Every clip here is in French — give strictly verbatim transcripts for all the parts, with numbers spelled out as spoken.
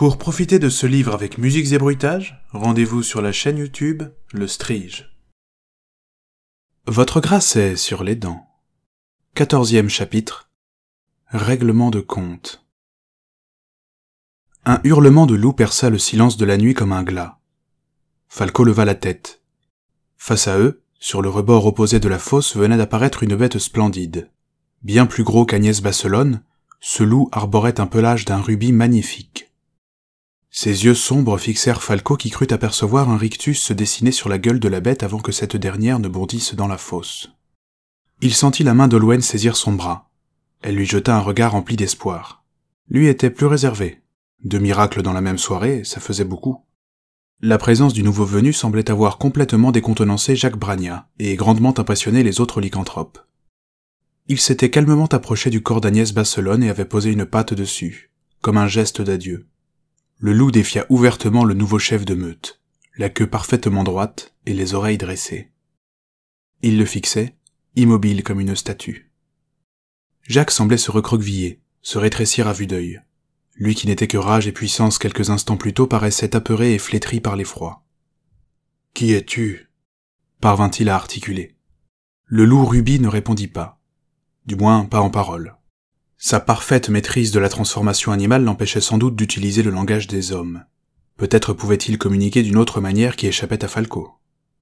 Pour profiter de ce livre avec musiques et bruitages, rendez-vous sur la chaîne YouTube Le Strige. Votre grâce est sur les dents. Quatorzième chapitre. Règlement de compte. Un hurlement de loup perça le silence de la nuit comme un glas. Falco leva la tête. Face à eux, sur le rebord opposé de la fosse, venait d'apparaître une bête splendide. Bien plus gros qu'Agnès Basselonne, ce loup arborait un pelage d'un rubis magnifique. Ses yeux sombres fixèrent Falco qui crut apercevoir un rictus se dessiner sur la gueule de la bête avant que cette dernière ne bondisse dans la fosse. Il sentit la main d'Olwen saisir son bras. Elle lui jeta un regard rempli d'espoir. Lui était plus réservé. Deux miracles dans la même soirée, ça faisait beaucoup. La présence du nouveau venu semblait avoir complètement décontenancé Jacques Bragna et grandement impressionné les autres lycanthropes. Il s'était calmement approché du corps d'Agnès Basselonne et avait posé une patte dessus, comme un geste d'adieu. Le loup défia ouvertement le nouveau chef de meute, la queue parfaitement droite et les oreilles dressées. Il le fixait, immobile comme une statue. Jacques semblait se recroqueviller, se rétrécir à vue d'œil. Lui qui n'était que rage et puissance quelques instants plus tôt paraissait apeuré et flétri par l'effroi. « Qui es-tu » parvint-il à articuler. Le loup rubis ne répondit pas, du moins pas en paroles. Sa parfaite maîtrise de la transformation animale l'empêchait sans doute d'utiliser le langage des hommes. Peut-être pouvait-il communiquer d'une autre manière qui échappait à Falco.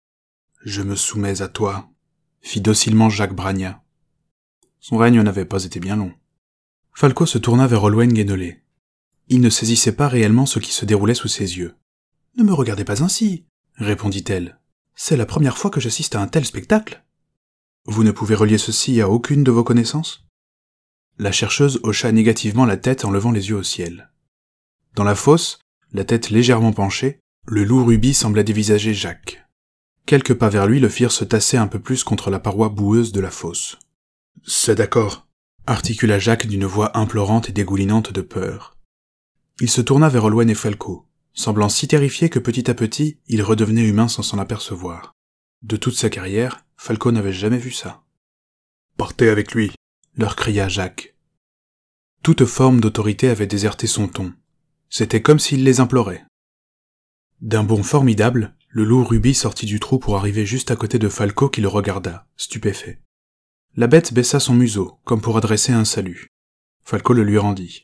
« Je me soumets à toi », fit docilement Jacques Bragna. Son règne n'avait pas été bien long. Falco se tourna vers Olwen Guénolé. Il ne saisissait pas réellement ce qui se déroulait sous ses yeux. « Ne me regardez pas ainsi », répondit-elle. « C'est la première fois que j'assiste à un tel spectacle. » « Vous ne pouvez relier ceci à aucune de vos connaissances ?» La chercheuse hocha négativement la tête en levant les yeux au ciel. Dans la fosse, la tête légèrement penchée, le loup rubis semblait dévisager Jacques. Quelques pas vers lui le firent se tasser un peu plus contre la paroi boueuse de la fosse. « C'est d'accord », articula Jacques d'une voix implorante et dégoulinante de peur. Il se tourna vers Olwen et Falco, semblant si terrifié que petit à petit, il redevenait humain sans s'en apercevoir. De toute sa carrière, Falco n'avait jamais vu ça. « Partez avec lui !» leur cria Jacques. Toute forme d'autorité avait déserté son ton. C'était comme s'il les implorait. D'un bond formidable, le loup rubis sortit du trou pour arriver juste à côté de Falco qui le regarda, stupéfait. La bête baissa son museau, comme pour adresser un salut. Falco le lui rendit.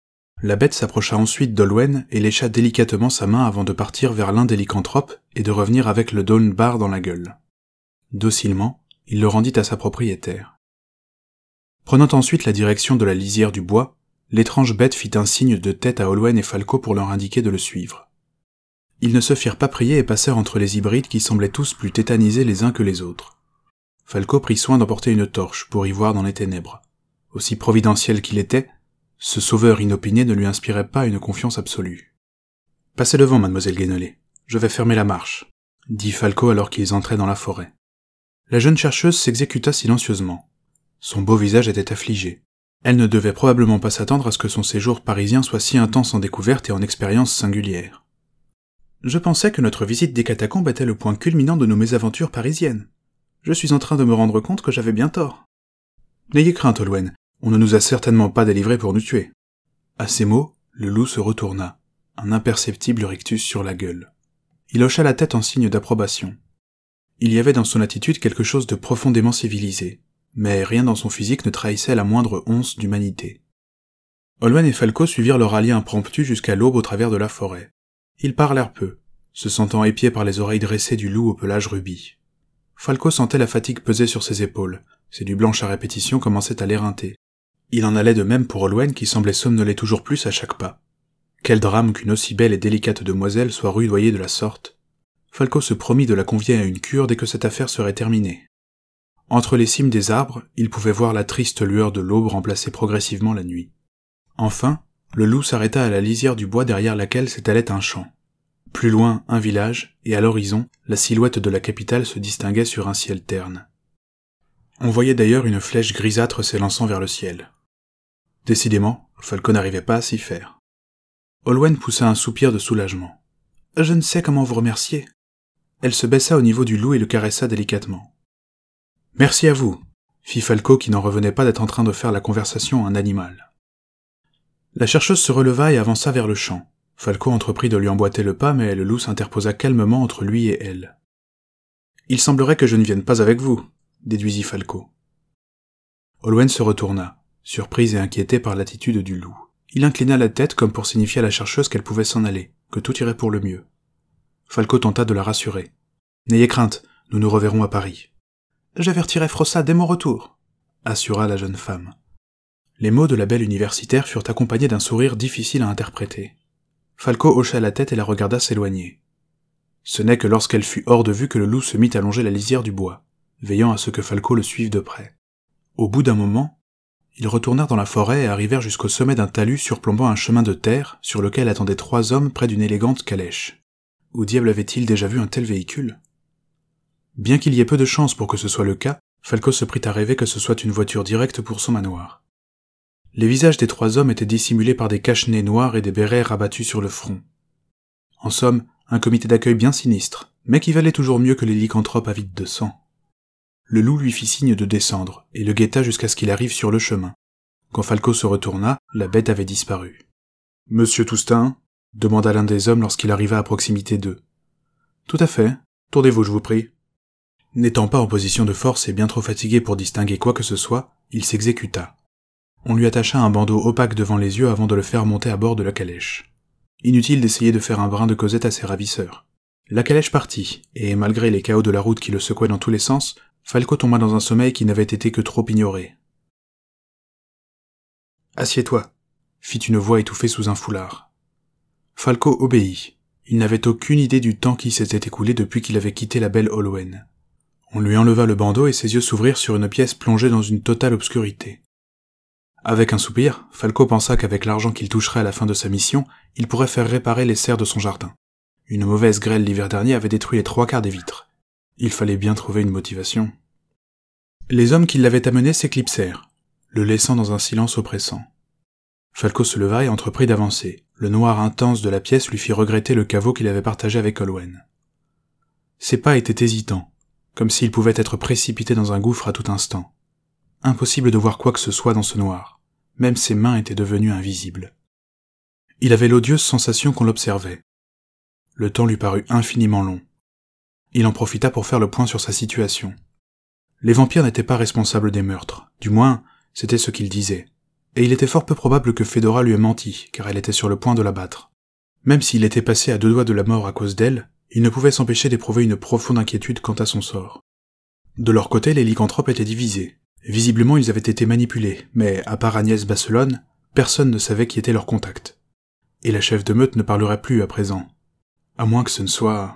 La bête s'approcha ensuite d'Olwen et lécha délicatement sa main avant de partir vers l'un des lycanthropes et de revenir avec le daune bar dans la gueule. Docilement, il le rendit à sa propriétaire. Prenant ensuite la direction de la lisière du bois, l'étrange bête fit un signe de tête à Olwen et Falco pour leur indiquer de le suivre. Ils ne se firent pas prier et passèrent entre les hybrides qui semblaient tous plus tétanisés les uns que les autres. Falco prit soin d'emporter une torche pour y voir dans les ténèbres. Aussi providentiel qu'il était, ce sauveur inopiné ne lui inspirait pas une confiance absolue. « Passez devant, mademoiselle Guénolé, je vais fermer la marche », dit Falco alors qu'ils entraient dans la forêt. La jeune chercheuse s'exécuta silencieusement. Son beau visage était affligé. Elle ne devait probablement pas s'attendre à ce que son séjour parisien soit si intense en découvertes et en expériences singulières. « Je pensais que notre visite des catacombes était le point culminant de nos mésaventures parisiennes. Je suis en train de me rendre compte que j'avais bien tort. »« N'ayez crainte, Olwen, on ne nous a certainement pas délivrés pour nous tuer. » À ces mots, le loup se retourna, un imperceptible rictus sur la gueule. Il hocha la tête en signe d'approbation. Il y avait dans son attitude quelque chose de profondément civilisé, mais rien dans son physique ne trahissait la moindre once d'humanité. Olwen et Falco suivirent leur allié impromptu jusqu'à l'aube au travers de la forêt. Ils parlèrent peu, se sentant épiés par les oreilles dressées du loup au pelage rubis. Falco sentait la fatigue peser sur ses épaules, ses nuits blanches à répétition commençaient à l'éreinter. Il en allait de même pour Olwen qui semblait somnoler toujours plus à chaque pas. Quel drame qu'une aussi belle et délicate demoiselle soit rudoyée de la sorte. Falco se promit de la convier à une cure dès que cette affaire serait terminée. Entre les cimes des arbres, il pouvait voir la triste lueur de l'aube remplacer progressivement la nuit. Enfin, le loup s'arrêta à la lisière du bois derrière laquelle s'étalait un champ. Plus loin, un village, et à l'horizon, la silhouette de la capitale se distinguait sur un ciel terne. On voyait d'ailleurs une flèche grisâtre s'élançant vers le ciel. Décidément, Falco n'arrivait pas à s'y faire. Olwen poussa un soupir de soulagement. « Je ne sais comment vous remercier. » Elle se baissa au niveau du loup et le caressa délicatement. « Merci à vous, » fit Falco qui n'en revenait pas d'être en train de faire la conversation à un animal. La chercheuse se releva et avança vers le champ, Falco entreprit de lui emboîter le pas, mais le loup s'interposa calmement entre lui et elle. « Il semblerait que je ne vienne pas avec vous, » déduisit Falco. Olwen se retourna, surprise et inquiétée par l'attitude du loup. Il inclina la tête comme pour signifier à la chercheuse qu'elle pouvait s'en aller, que tout irait pour le mieux. Falco tenta de la rassurer. « N'ayez crainte, nous nous reverrons à Paris. »« J'avertirai Frossa dès mon retour, » assura la jeune femme. Les mots de la belle universitaire furent accompagnés d'un sourire difficile à interpréter. Falco hocha la tête et la regarda s'éloigner. Ce n'est que lorsqu'elle fut hors de vue que le loup se mit à longer la lisière du bois, veillant à ce que Falco le suive de près. Au bout d'un moment, ils retournèrent dans la forêt et arrivèrent jusqu'au sommet d'un talus surplombant un chemin de terre sur lequel attendaient trois hommes près d'une élégante calèche. Où diable avait-il déjà vu un tel véhicule ? Bien qu'il y ait peu de chance pour que ce soit le cas, Falco se prit à rêver que ce soit une voiture directe pour son manoir. Les visages des trois hommes étaient dissimulés par des cache-nez noirs et des bérets rabattus sur le front. En somme, un comité d'accueil bien sinistre, mais qui valait toujours mieux que les lycanthropes avides de sang. Le loup lui fit signe de descendre, et le guetta jusqu'à ce qu'il arrive sur le chemin. Quand Falco se retourna, la bête avait disparu. « Monsieur Toustain ?» demanda l'un des hommes lorsqu'il arriva à proximité d'eux. « Tout à fait. Tournez-vous, je vous prie. » N'étant pas en position de force et bien trop fatigué pour distinguer quoi que ce soit, il s'exécuta. On lui attacha un bandeau opaque devant les yeux avant de le faire monter à bord de la calèche. Inutile d'essayer de faire un brin de causette à ses ravisseurs. La calèche partit, et malgré les chaos de la route qui le secouaient dans tous les sens, Falco tomba dans un sommeil qui n'avait été que trop ignoré. « Assieds-toi » fit une voix étouffée sous un foulard. Falco obéit. Il n'avait aucune idée du temps qui s'était écoulé depuis qu'il avait quitté la belle Olwen. On lui enleva le bandeau et ses yeux s'ouvrirent sur une pièce plongée dans une totale obscurité. Avec un soupir, Falco pensa qu'avec l'argent qu'il toucherait à la fin de sa mission, il pourrait faire réparer les serres de son jardin. Une mauvaise grêle l'hiver dernier avait détruit les trois quarts des vitres. Il fallait bien trouver une motivation. Les hommes qui l'avaient amené s'éclipsèrent, le laissant dans un silence oppressant. Falco se leva et entreprit d'avancer. Le noir intense de la pièce lui fit regretter le caveau qu'il avait partagé avec Olwen. Ses pas étaient hésitants, comme s'il pouvait être précipité dans un gouffre à tout instant. Impossible de voir quoi que ce soit dans ce noir. Même ses mains étaient devenues invisibles. Il avait l'odieuse sensation qu'on l'observait. Le temps lui parut infiniment long. Il en profita pour faire le point sur sa situation. Les vampires n'étaient pas responsables des meurtres, du moins, c'était ce qu'ils disaient. Et il était fort peu probable que Fedora lui ait menti, car elle était sur le point de l'abattre. Même s'il était passé à deux doigts de la mort à cause d'elle, il ne pouvait s'empêcher d'éprouver une profonde inquiétude quant à son sort. De leur côté, les lycanthropes étaient divisés. Visiblement, ils avaient été manipulés, mais, à part Agnès Basselonne, personne ne savait qui était leur contact. Et la chef de meute ne parlerait plus à présent. À moins que ce ne soit...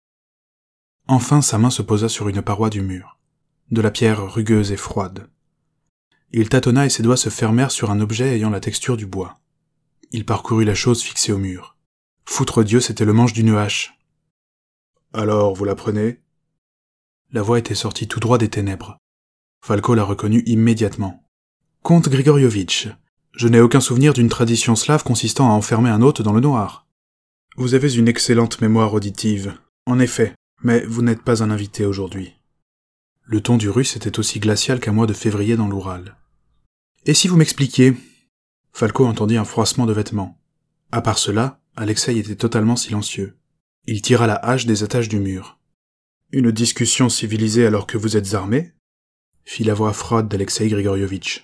Enfin, sa main se posa sur une paroi du mur. De la pierre rugueuse et froide. Il tâtonna et ses doigts se fermèrent sur un objet ayant la texture du bois. Il parcourut la chose fixée au mur. Foutre Dieu, c'était le manche d'une hache. « Alors, vous la prenez ?» La voix était sortie tout droit des ténèbres. Falco la reconnut immédiatement. « Comte Grigorievitch, je n'ai aucun souvenir d'une tradition slave consistant à enfermer un hôte dans le noir. Vous avez une excellente mémoire auditive, en effet, mais vous n'êtes pas un invité aujourd'hui. » Le ton du russe était aussi glacial qu'un mois de février dans l'Oural. « Et si vous m'expliquiez ?» Falco entendit un froissement de vêtements. À part cela, Alexei était totalement silencieux. Il tira la hache des attaches du mur. « Une discussion civilisée alors que vous êtes armé ?» fit la voix froide d'Alexei Grigorievitch.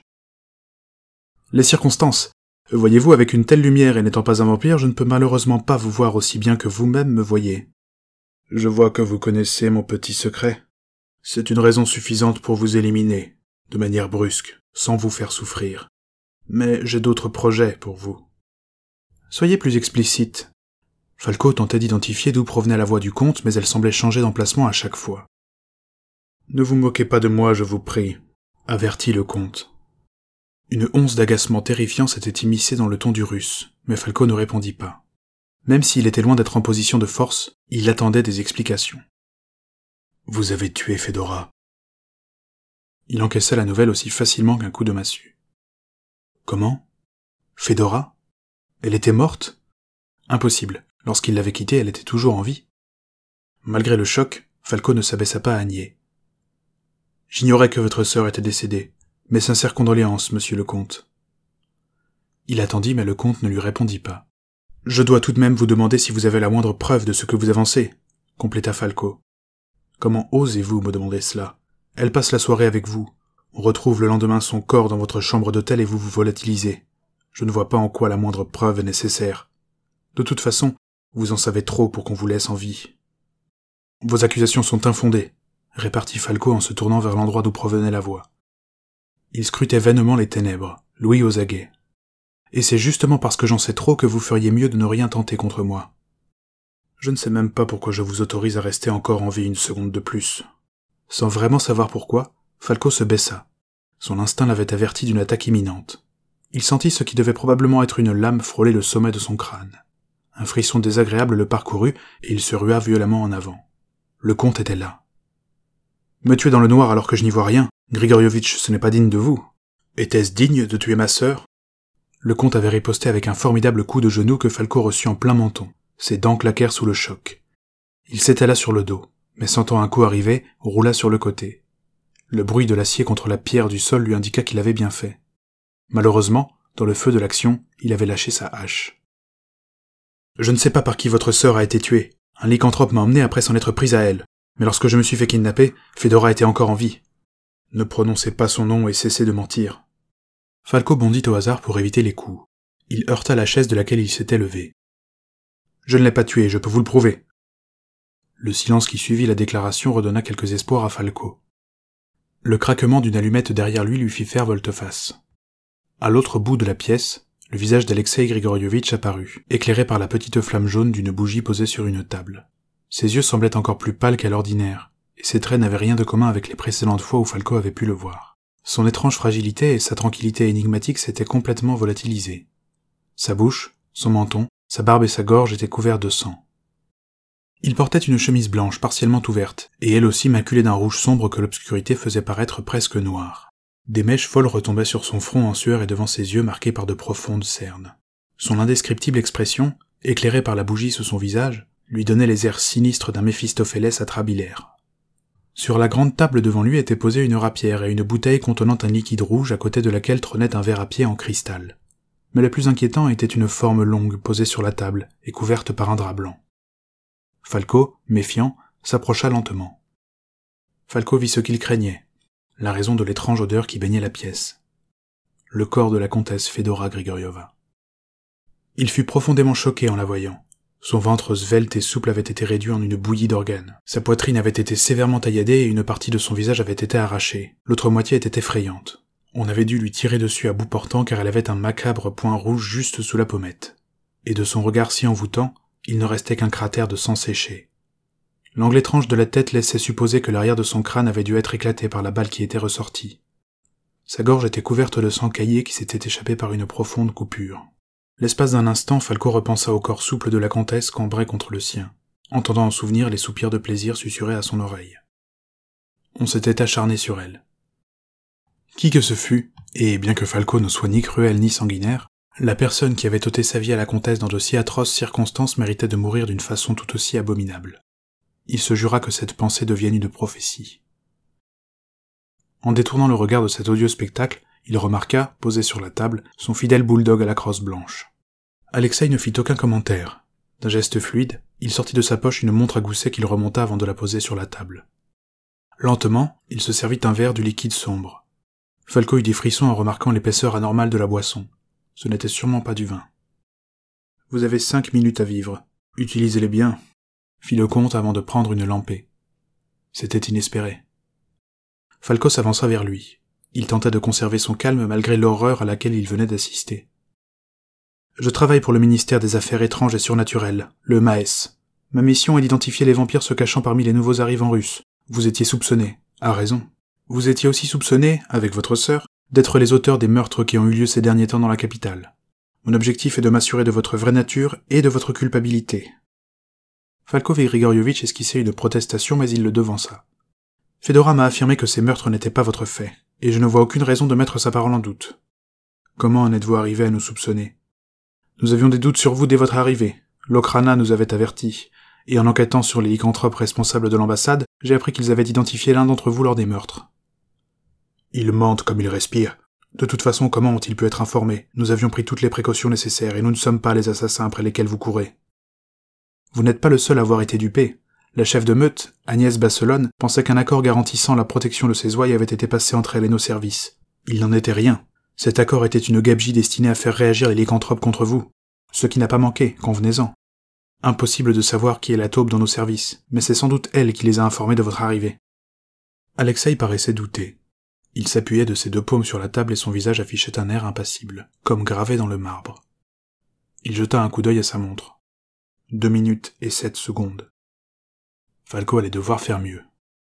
« Les circonstances. Voyez-vous, avec une telle lumière et n'étant pas un vampire, je ne peux malheureusement pas vous voir aussi bien que vous-même me voyez. Je vois que vous connaissez mon petit secret. C'est une raison suffisante pour vous éliminer, de manière brusque, sans vous faire souffrir. Mais j'ai d'autres projets pour vous. Soyez plus explicite. » Falco tentait d'identifier d'où provenait la voix du comte, mais elle semblait changer d'emplacement à chaque fois. « Ne vous moquez pas de moi, je vous prie, » avertit le comte. Une once d'agacement terrifiant s'était immiscée dans le ton du russe, mais Falco ne répondit pas. Même s'il était loin d'être en position de force, il attendait des explications. « Vous avez tué Fedora. » Il encaissa la nouvelle aussi facilement qu'un coup de massue. « Comment ? Fedora ? Elle était morte ? Impossible. Lorsqu'il l'avait quittée, elle était toujours en vie. » Malgré le choc, Falco ne s'abaissa pas à nier. « J'ignorais que votre sœur était décédée. Mes sincères condoléances, monsieur le comte. » Il attendit, mais le comte ne lui répondit pas. Je dois tout de même vous demander si vous avez la moindre preuve de ce que vous avancez, compléta Falco. Comment osez-vous me demander cela? Elle passe la soirée avec vous. On retrouve le lendemain son corps dans votre chambre d'hôtel et vous vous volatilisez. Je ne vois pas en quoi la moindre preuve est nécessaire. De toute façon, vous en savez trop pour qu'on vous laisse en vie. Vos accusations sont infondées, répartit Falco en se tournant vers l'endroit d'où provenait la voix. Il scrutait vainement les ténèbres, l'ouïe aux aguets. Et c'est justement parce que j'en sais trop que vous feriez mieux de ne rien tenter contre moi. Je ne sais même pas pourquoi je vous autorise à rester encore en vie une seconde de plus. Sans vraiment savoir pourquoi, Falco se baissa. Son instinct l'avait averti d'une attaque imminente. Il sentit ce qui devait probablement être une lame frôler le sommet de son crâne. Un frisson désagréable le parcourut et il se rua violemment en avant. Le comte était là. Me tuer dans le noir alors que je n'y vois rien, Grigorievitch, ce n'est pas digne de vous. Était-ce digne de tuer ma sœur? Le comte avait riposté avec un formidable coup de genou que Falco reçut en plein menton. Ses dents claquèrent sous le choc. Il s'étala sur le dos, mais sentant un coup arriver, roula sur le côté. Le bruit de l'acier contre la pierre du sol lui indiqua qu'il avait bien fait. Malheureusement, dans le feu de l'action, il avait lâché sa hache. « Je ne sais pas par qui votre sœur a été tuée. Un lycanthrope m'a emmené après s'en être prise à elle. Mais lorsque je me suis fait kidnapper, Fedora était encore en vie. Ne prononcez pas son nom et cessez de mentir. » Falco bondit au hasard pour éviter les coups. Il heurta la chaise de laquelle il s'était levé. « Je ne l'ai pas tuée, je peux vous le prouver. » Le silence qui suivit la déclaration redonna quelques espoirs à Falco. Le craquement d'une allumette derrière lui lui fit faire volte-face. À l'autre bout de la pièce, le visage d'Alexei Grigorievitch apparut, éclairé par la petite flamme jaune d'une bougie posée sur une table. Ses yeux semblaient encore plus pâles qu'à l'ordinaire, et ses traits n'avaient rien de commun avec les précédentes fois où Falco avait pu le voir. Son étrange fragilité et sa tranquillité énigmatique s'étaient complètement volatilisées. Sa bouche, son menton, sa barbe et sa gorge étaient couverts de sang. Il portait une chemise blanche partiellement ouverte, et elle aussi maculée d'un rouge sombre que l'obscurité faisait paraître presque noir. Des mèches folles retombaient sur son front en sueur et devant ses yeux marqués par de profondes cernes. Son indescriptible expression, éclairée par la bougie sous son visage, lui donnait les airs sinistres d'un Méphistophélès atrabilaire. Sur la grande table devant lui était posée une rapière et une bouteille contenant un liquide rouge à côté de laquelle trônait un verre à pied en cristal. Mais le plus inquiétant était une forme longue posée sur la table et couverte par un drap blanc. Falco, méfiant, s'approcha lentement. Falco vit ce qu'il craignait, la raison de l'étrange odeur qui baignait la pièce. Le corps de la comtesse Fedora Grigorieva. Il fut profondément choqué en la voyant. Son ventre svelte et souple avait été réduit en une bouillie d'organes. Sa poitrine avait été sévèrement tailladée et une partie de son visage avait été arrachée. L'autre moitié était effrayante. On avait dû lui tirer dessus à bout portant car elle avait un macabre point rouge juste sous la pommette. Et de son regard si envoûtant, il ne restait qu'un cratère de sang séché. L'angle étrange de la tête laissait supposer que l'arrière de son crâne avait dû être éclaté par la balle qui était ressortie. Sa gorge était couverte de sang caillé qui s'était échappé par une profonde coupure. L'espace d'un instant, Falco repensa au corps souple de la comtesse cambré contre le sien, entendant en souvenir les soupirs de plaisir susurrés à son oreille. On s'était acharné sur elle. Qui que ce fût, et bien que Falco ne soit ni cruel ni sanguinaire, la personne qui avait ôté sa vie à la comtesse dans de si atroces circonstances méritait de mourir d'une façon tout aussi abominable. Il se jura que cette pensée devienne une prophétie. En détournant le regard de cet odieux spectacle, il remarqua, posé sur la table, son fidèle bulldog à la crosse blanche. Alexei ne fit aucun commentaire. D'un geste fluide, il sortit de sa poche une montre à gousset qu'il remonta avant de la poser sur la table. Lentement, il se servit un verre du liquide sombre. Falco eut des frissons en remarquant l'épaisseur anormale de la boisson. Ce n'était sûrement pas du vin. « Vous avez cinq minutes à vivre. Utilisez-les bien », fit le comte avant de prendre une lampée. C'était inespéré. Falco s'avança vers lui. Il tenta de conserver son calme malgré l'horreur à laquelle il venait d'assister. « Je travaille pour le ministère des Affaires étranges et surnaturelles, le M A E S. Ma mission est d'identifier les vampires se cachant parmi les nouveaux arrivants russes. Vous étiez soupçonné, à raison. Vous étiez aussi soupçonné, avec votre sœur, d'être les auteurs des meurtres qui ont eu lieu ces derniers temps dans la capitale. Mon objectif est de m'assurer de votre vraie nature et de votre culpabilité. » Falco Grigorievitch esquissait une protestation, mais il le devança. « Fedora m'a affirmé que ces meurtres n'étaient pas votre fait, et je ne vois aucune raison de mettre sa parole en doute. Comment en êtes-vous arrivé à nous soupçonner ? Nous avions des doutes sur vous dès votre arrivée. L'Okhrana nous avait avertis, et en enquêtant sur les lycanthropes responsables de l'ambassade, j'ai appris qu'ils avaient identifié l'un d'entre vous lors des meurtres. Ils mentent comme ils respirent. De toute façon, comment ont-ils pu être informés? Nous avions pris toutes les précautions nécessaires et nous ne sommes pas les assassins après lesquels vous courez. Vous n'êtes pas le seul à avoir été dupé. La chef de meute, Agnès Basselonne, pensait qu'un accord garantissant la protection de ses ouailles avait été passé entre elle et nos services. Il n'en était rien. Cet accord était une gabegie destinée à faire réagir les lycanthropes contre vous. Ce qui n'a pas manqué, convenez-en. Impossible de savoir qui est la taupe dans nos services, mais c'est sans doute elle qui les a informés de votre arrivée. Alexei paraissait douter. Il s'appuyait de ses deux paumes sur la table et son visage affichait un air impassible, comme gravé dans le marbre. Il jeta un coup d'œil à sa montre. Deux minutes et sept secondes. Falco allait devoir faire mieux.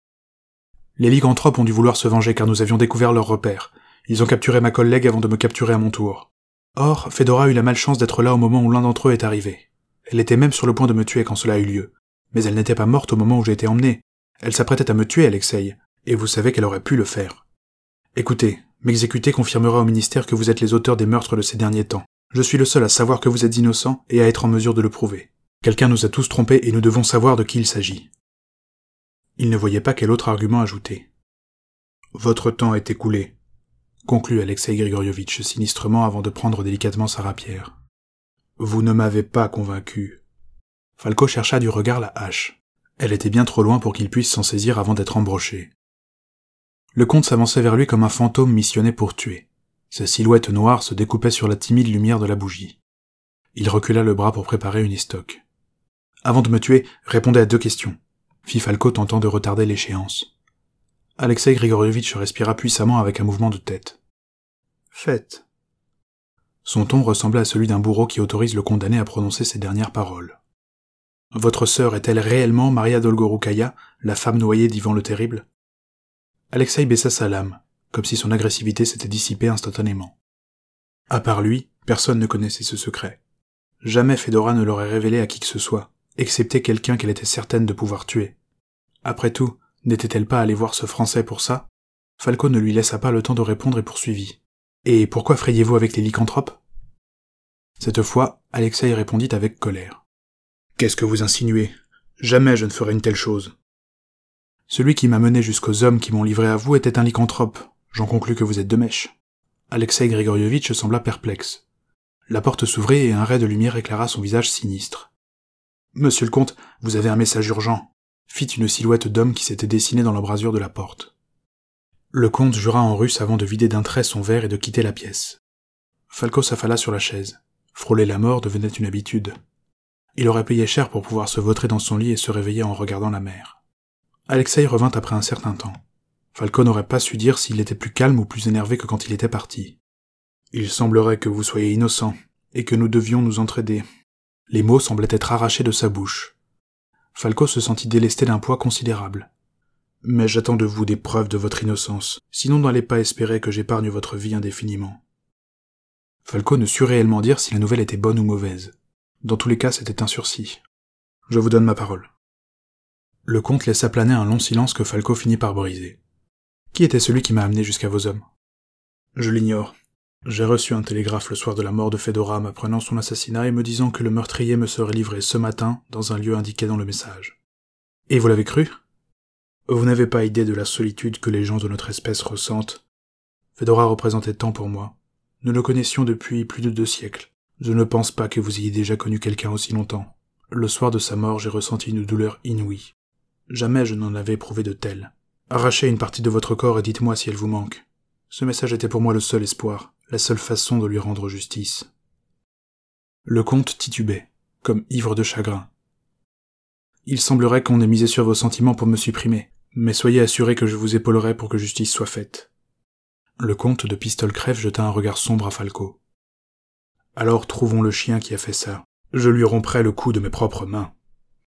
Les lycanthropes ont dû vouloir se venger car nous avions découvert leur repère. Ils ont capturé ma collègue avant de me capturer à mon tour. Or, Fedora eut la malchance d'être là au moment où l'un d'entre eux est arrivé. Elle était même sur le point de me tuer quand cela eut lieu. Mais elle n'était pas morte au moment où j'ai été emmené. Elle s'apprêtait à me tuer, Alexei, et vous savez qu'elle aurait pu le faire. Écoutez, m'exécuter confirmera au ministère que vous êtes les auteurs des meurtres de ces derniers temps. Je suis le seul à savoir que vous êtes innocent et à être en mesure de le prouver. Quelqu'un nous a tous trompés et nous devons savoir de qui il s'agit. Il ne voyait pas quel autre argument ajouter. Votre temps est écoulé, conclut Alexei Grigorievitch sinistrement avant de prendre délicatement sa rapière. Vous ne m'avez pas convaincu. Falco chercha du regard la hache. Elle était bien trop loin pour qu'il puisse s'en saisir avant d'être embroché. Le comte s'avançait vers lui comme un fantôme missionné pour tuer. Sa silhouette noire se découpait sur la timide lumière de la bougie. Il recula le bras pour préparer une estoc. Avant de me tuer, répondez à deux questions, fit Falco tentant de retarder l'échéance. Alexei Grigorievitch respira puissamment avec un mouvement de tête. Faites. Son ton ressemblait à celui d'un bourreau qui autorise le condamné à prononcer ses dernières paroles. Votre sœur est-elle réellement Maria Dolgorukaya, la femme noyée d'Ivan le Terrible? Alexei baissa sa lame, comme si son agressivité s'était dissipée instantanément. À part lui, personne ne connaissait ce secret. Jamais Fedora ne l'aurait révélé à qui que ce soit, excepté quelqu'un qu'elle était certaine de pouvoir tuer. Après tout, n'était-elle pas allée voir ce Français pour ça? Falco ne lui laissa pas le temps de répondre et poursuivit. Et pourquoi frayez-vous avec les lycanthropes? Cette fois, Alexei répondit avec colère. Qu'est-ce que vous insinuez? Jamais je ne ferai une telle chose. Celui qui m'a mené jusqu'aux hommes qui m'ont livré à vous était un lycanthrope. J'en conclus que vous êtes de mèche. Alexei Grigorievitch sembla perplexe. La porte s'ouvrit et un ray de lumière éclaira son visage sinistre. Monsieur le comte, vous avez un message urgent, fit une silhouette d'homme qui s'était dessinée dans l'embrasure de la porte. Le comte jura en russe avant de vider d'un trait son verre et de quitter la pièce. Falco s'affala sur la chaise. Frôler la mort devenait une habitude. Il aurait payé cher pour pouvoir se vautrer dans son lit et se réveiller en regardant la mer. Alexei revint après un certain temps. Falco n'aurait pas su dire s'il était plus calme ou plus énervé que quand il était parti. « Il semblerait que vous soyez innocent, et que nous devions nous entraider. » Les mots semblaient être arrachés de sa bouche. Falco se sentit délesté d'un poids considérable. « Mais j'attends de vous des preuves de votre innocence, sinon n'allez pas espérer que j'épargne votre vie indéfiniment. » Falco ne sut réellement dire si la nouvelle était bonne ou mauvaise. Dans tous les cas, c'était un sursis. « Je vous donne ma parole. » Le comte laissa planer un long silence que Falco finit par briser. « Qui était celui qui m'a amené jusqu'à vos hommes ?»« Je l'ignore. J'ai reçu un télégraphe le soir de la mort de Fedora m'apprenant son assassinat et me disant que le meurtrier me serait livré ce matin dans un lieu indiqué dans le message. Et vous l'avez cru? Vous n'avez pas idée de la solitude que les gens de notre espèce ressentent. Fedora représentait tant pour moi. Nous le connaissions depuis plus de deux siècles. Je ne pense pas que vous ayez déjà connu quelqu'un aussi longtemps. Le soir de sa mort, j'ai ressenti une douleur inouïe. Jamais je n'en avais éprouvé de telle. Arrachez une partie de votre corps et dites-moi si elle vous manque. Ce message était pour moi le seul espoir, la seule façon de lui rendre justice. Le comte titubait, comme ivre de chagrin. Il semblerait qu'on ait misé sur vos sentiments pour me supprimer, mais soyez assuré que je vous épaulerai pour que justice soit faite. Le comte de Pistole-Crève jeta un regard sombre à Falco. Alors trouvons le chien qui a fait ça. Je lui romprai le cou de mes propres mains.